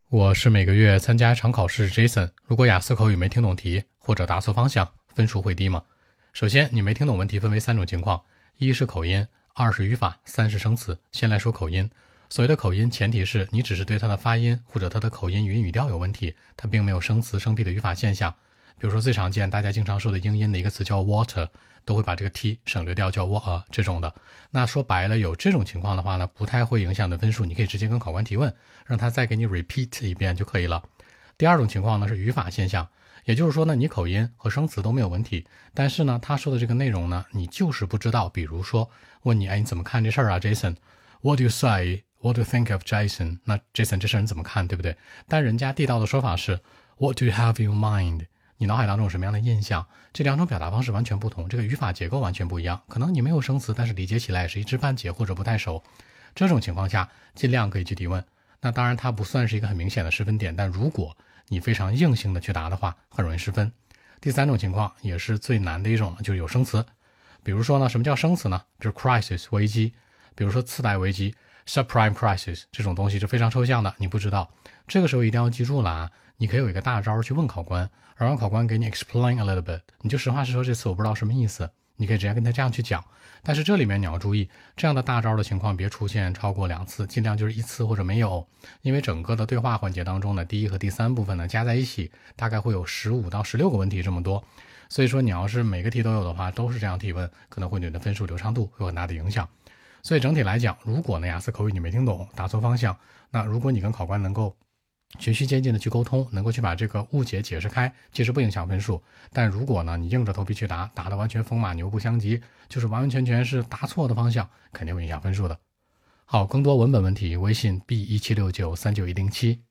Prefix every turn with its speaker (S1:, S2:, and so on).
S1: 我是每个月参加一场考试 Jason， 如果雅思口语没听懂题或者答错方向，分数会低吗？首先，你没听懂问题分为3种情况，一是口音，二是语法，三是生词。先来说口音。所谓的口音，前提是你只是对它的发音或者它的口音语音语调有问题，它并没有生词生僻的语法现象。比如说最常见大家经常说的英音的一个词叫 water， 都会把这个 t 省略掉叫 water 这种的。那说白了，有这种情况的话呢，不太会影响的分数，你可以直接跟考官提问，让他再给你 repeat 一遍就可以了。第二种情况呢是语法现象，也就是说呢，你口音和生词都没有问题，但是呢，他说的这个内容呢，你就是不知道。比如说问你，你怎么看这事儿啊 ，Jason？What do you say? What do you think of Jason？ 那 Jason 这事儿你怎么看，对不对？但人家地道的说法是 What do you have in mind？你脑海当中有什么样的印象？这两种表达方式完全不同，这个语法结构完全不一样。可能你没有生词，但是理解起来也是一知半解或者不太熟。这种情况下，尽量可以去提问。那当然，它不算是一个很明显的失分点，但如果你非常硬性的去答的话，很容易失分。第三种情况也是最难的一种，就是有生词。比如说呢，什么叫生词呢？就是 crisis 危机，比如说次贷危机 subprime crisis 这种东西是非常抽象的，你不知道。这个时候一定要记住了啊，你可以有一个大招去问考官，然后考官给你 explain a little bit， 你就实话实说这词我不知道什么意思，你可以直接跟他这样去讲。但是这里面你要注意，这样的大招的情况别出现超过2次，尽量就是1次或者没有。因为整个的对话环节当中呢，第一和第三部分呢加在一起大概会有15到16个问题这么多，所以说你要是每个题都有的话，都是这样提问，可能会对你的分数流畅度有很大的影响。所以整体来讲，如果呢雅思口语你没听懂，答错方向，那如果你跟考官能够循序渐进的去沟通，能够去把这个误解解释开，其实不影响分数。但如果呢你硬着头皮去答，答的完全风马牛不相及，就是完完全全是答错的方向，肯定会影响分数的。好，更多文本问题微信 B176939107